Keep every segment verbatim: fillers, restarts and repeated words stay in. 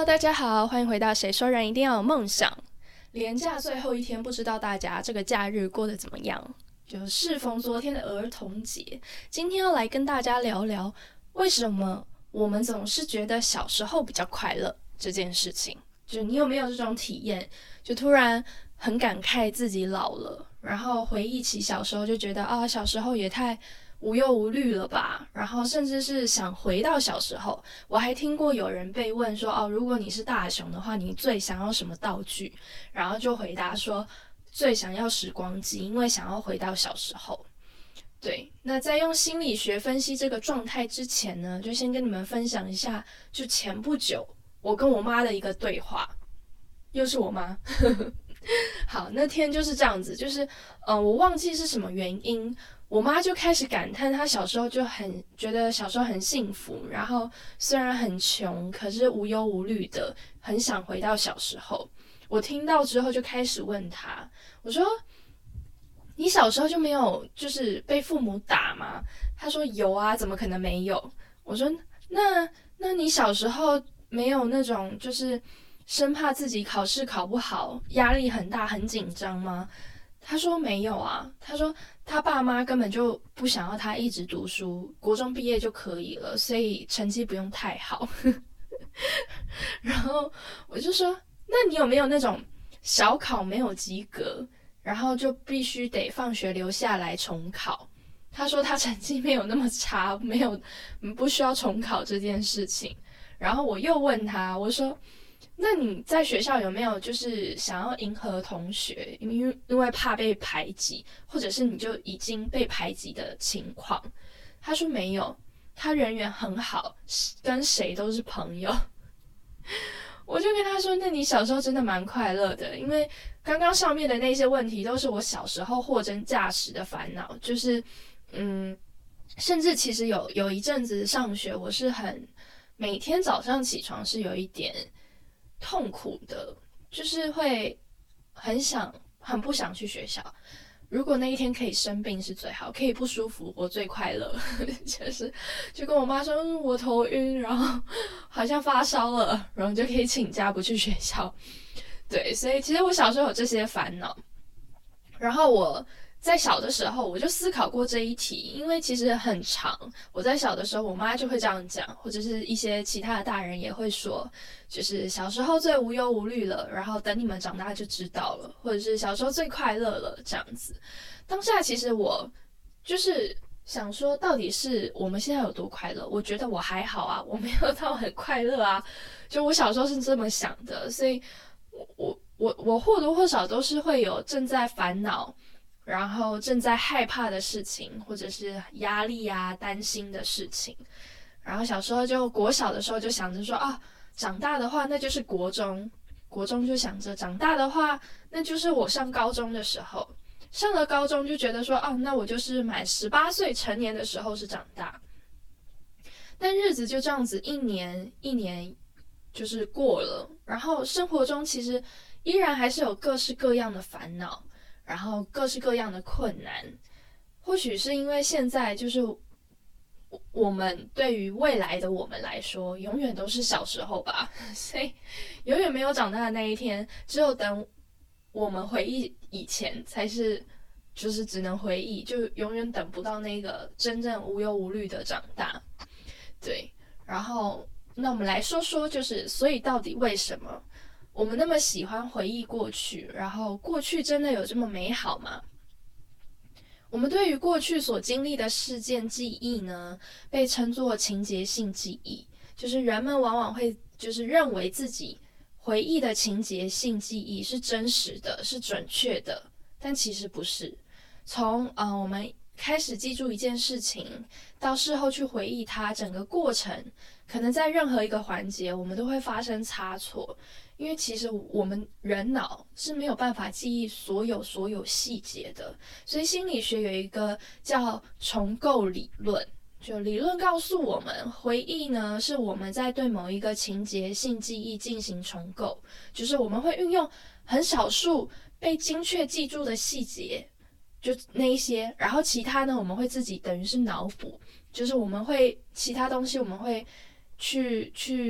Hello， 大家好，欢迎回到谁说人一定要有梦想。连假最后一天，不知道大家这个假日过得怎么样？就适逢昨天的儿童节，今天要来跟大家聊聊为什么我们总是觉得小时候比较快乐这件事情。就你有没有这种体验？就突然很感慨自己老了，然后回忆起小时候，就觉得啊，小时候也太无忧无虑了吧，然后甚至是想回到小时候。我还听过有人被问说，哦，如果你是大雄的话，你最想要什么道具？然后就回答说，最想要时光机，因为想要回到小时候。对，那在用心理学分析这个状态之前呢，就先跟你们分享一下，就前不久我跟我妈的一个对话，又是我妈。好，那天就是这样子，就是呃，我忘记是什么原因，我妈就开始感叹她小时候就很觉得小时候很幸福，然后虽然很穷，可是无忧无虑的，很想回到小时候。我听到之后就开始问她，我说你小时候就没有就是被父母打吗？她说有啊，怎么可能没有？我说那那你小时候没有那种就是生怕自己考试考不好，压力很大很紧张吗？他说没有啊，他说他爸妈根本就不想要他一直读书，国中毕业就可以了，所以成绩不用太好。然后我就说，那你有没有那种小考没有及格，然后就必须得放学留下来重考？他说他成绩没有那么差，没有不需要重考这件事情。然后我又问他，我说那你在学校有没有就是想要迎合同学，因为因为怕被排挤，或者是你就已经被排挤的情况？他说没有，他人缘很好，跟谁都是朋友。我就跟他说，那你小时候真的蛮快乐的，因为刚刚上面的那些问题都是我小时候货真价实的烦恼，就是嗯，甚至其实有有一阵子上学，我是很每天早上起床是有一点痛苦的，就是会很想很不想去学校。如果那一天可以生病是最好，可以不舒服我最快乐。就是就跟我妈说、嗯、我头晕，然后好像发烧了，然后就可以请假不去学校。对，所以其实我小时候有这些烦恼。然后我在小的时候我就思考过这一题，因为其实很长，我在小的时候我妈就会这样讲，或者是一些其他的大人也会说，就是小时候最无忧无虑了，然后等你们长大就知道了，或者是小时候最快乐了这样子。当下其实我就是想说，到底是我们现在有多快乐？我觉得我还好啊，我没有到很快乐啊，就我小时候是这么想的，所以我我我我或多或少都是会有正在烦恼，然后正在害怕的事情，或者是压力啊、担心的事情。然后小时候就国小的时候就想着说啊，长大的话那就是国中，国中就想着长大的话那就是我上高中的时候，上了高中就觉得说啊，那我就是满十八岁成年的时候是长大。但日子就这样子一年一年就是过了，然后生活中其实依然还是有各式各样的烦恼，然后各式各样的困难。或许是因为现在就是我们对于未来的我们来说永远都是小时候吧，所以永远没有长大的那一天，只有等我们回忆以前才是就是只能回忆，就永远等不到那个真正无忧无虑的长大。对，然后那我们来说说，就是所以到底为什么我们那么喜欢回忆过去，然后过去真的有这么美好吗？我们对于过去所经历的事件记忆呢，被称作情节性记忆，就是人们往往会就是认为自己回忆的情节性记忆是真实的，是准确的，但其实不是。从呃我们开始记住一件事情，到事后去回忆它，整个过程可能在任何一个环节我们都会发生差错，因为其实我们人脑是没有办法记忆所有所有细节的。所以心理学有一个叫重构理论，就理论告诉我们，回忆呢是我们在对某一个情节性记忆进行重构，就是我们会运用很少数被精确记住的细节，就那一些，然后其他呢我们会自己等于是脑补，就是我们会其他东西我们会去去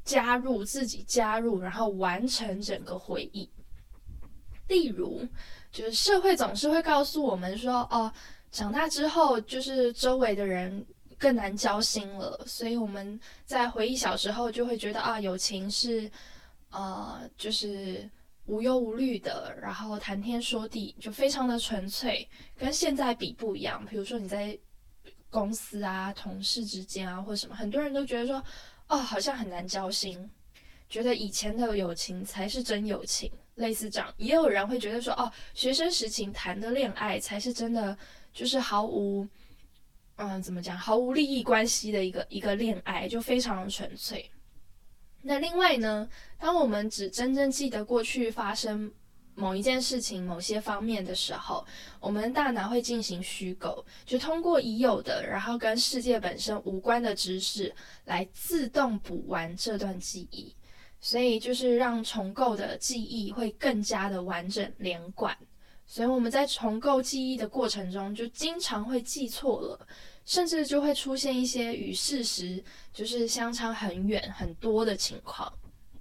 加入自己加入，然后完成整个会议。例如，就是社会总是会告诉我们说，哦，长大之后就是周围的人更难交心了，所以我们在回忆小时候就会觉得啊，友情是呃，就是无忧无虑的，然后谈天说地，就非常的纯粹，跟现在比不一样。比如说你在公司啊、同事之间啊，或什么，很多人都觉得说，哦，好像很难交心，觉得以前的友情才是真友情，类似这样。也有人会觉得说，哦，学生时期谈的恋爱才是真的，就是毫无，嗯，怎么讲，毫无利益关系的一个一个恋爱，就非常的纯粹。那另外呢，当我们只真正记得过去发生某一件事情、某些方面的时候，我们的大脑会进行虚构，就通过已有的，然后跟世界本身无关的知识来自动补完这段记忆，所以就是让重构的记忆会更加的完整连贯。所以我们在重构记忆的过程中，就经常会记错了，甚至就会出现一些与事实就是相差很远很多的情况。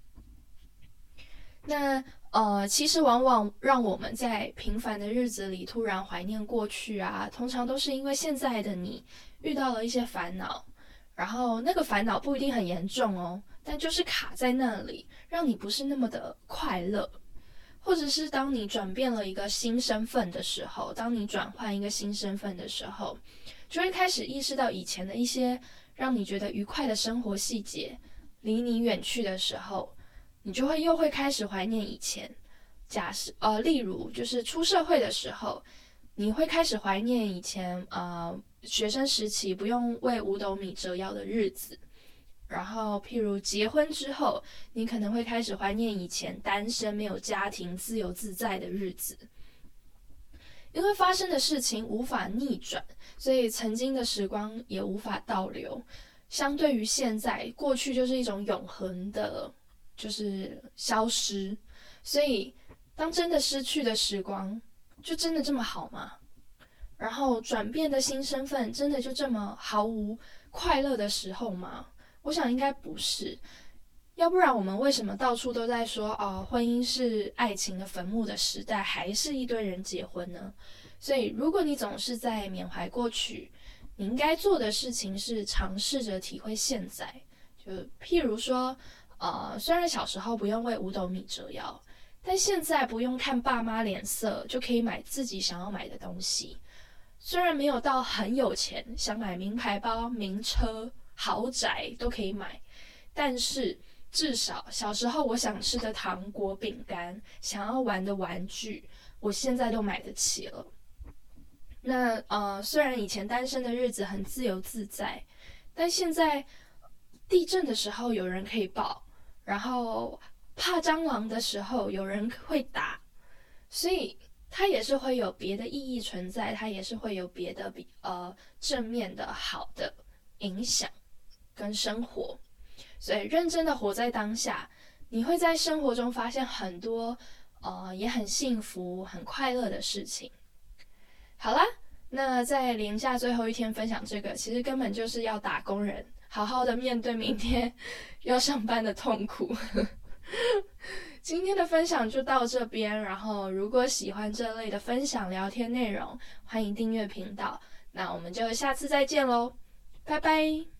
那呃，其实往往让我们在平凡的日子里突然怀念过去啊，通常都是因为现在的你遇到了一些烦恼，然后那个烦恼不一定很严重哦，但就是卡在那里，让你不是那么的快乐。或者是当你转变了一个新身份的时候，当你转换一个新身份的时候，就会开始意识到以前的一些让你觉得愉快的生活细节离你远去的时候，你就会又会开始怀念以前。假设呃，例如就是出社会的时候，你会开始怀念以前呃学生时期不用为五斗米折腰的日子。然后譬如结婚之后，你可能会开始怀念以前单身没有家庭自由自在的日子。因为发生的事情无法逆转，所以曾经的时光也无法倒流。相对于现在，过去就是一种永恒的，就是消失。所以当真的失去的时光，就真的这么好吗？然后转变的新身份，真的就这么毫无快乐的时候吗？我想应该不是，要不然我们为什么到处都在说哦，婚姻是爱情的坟墓的时代，还是一堆人结婚呢？所以如果你总是在缅怀过去，你应该做的事情是尝试着体会现在。就譬如说，呃，虽然小时候不用为五斗米折腰，但现在不用看爸妈脸色就可以买自己想要买的东西。虽然没有到很有钱，想买名牌包、名车、豪宅都可以买，但是至少小时候我想吃的糖果、饼干，想要玩的玩具，我现在都买得起了。那呃，虽然以前单身的日子很自由自在，但现在地震的时候有人可以抱，然后怕蟑螂的时候有人会打，所以它也是会有别的意义存在，它也是会有别的比呃正面的好的影响跟生活。所以认真的活在当下，你会在生活中发现很多呃也很幸福很快乐的事情。好啦，那在连假最后一天分享这个，其实根本就是要打工人好好的面对明天要上班的痛苦。今天的分享就到这边，然后如果喜欢这类的分享聊天内容，欢迎订阅频道。那我们就下次再见咯，拜拜。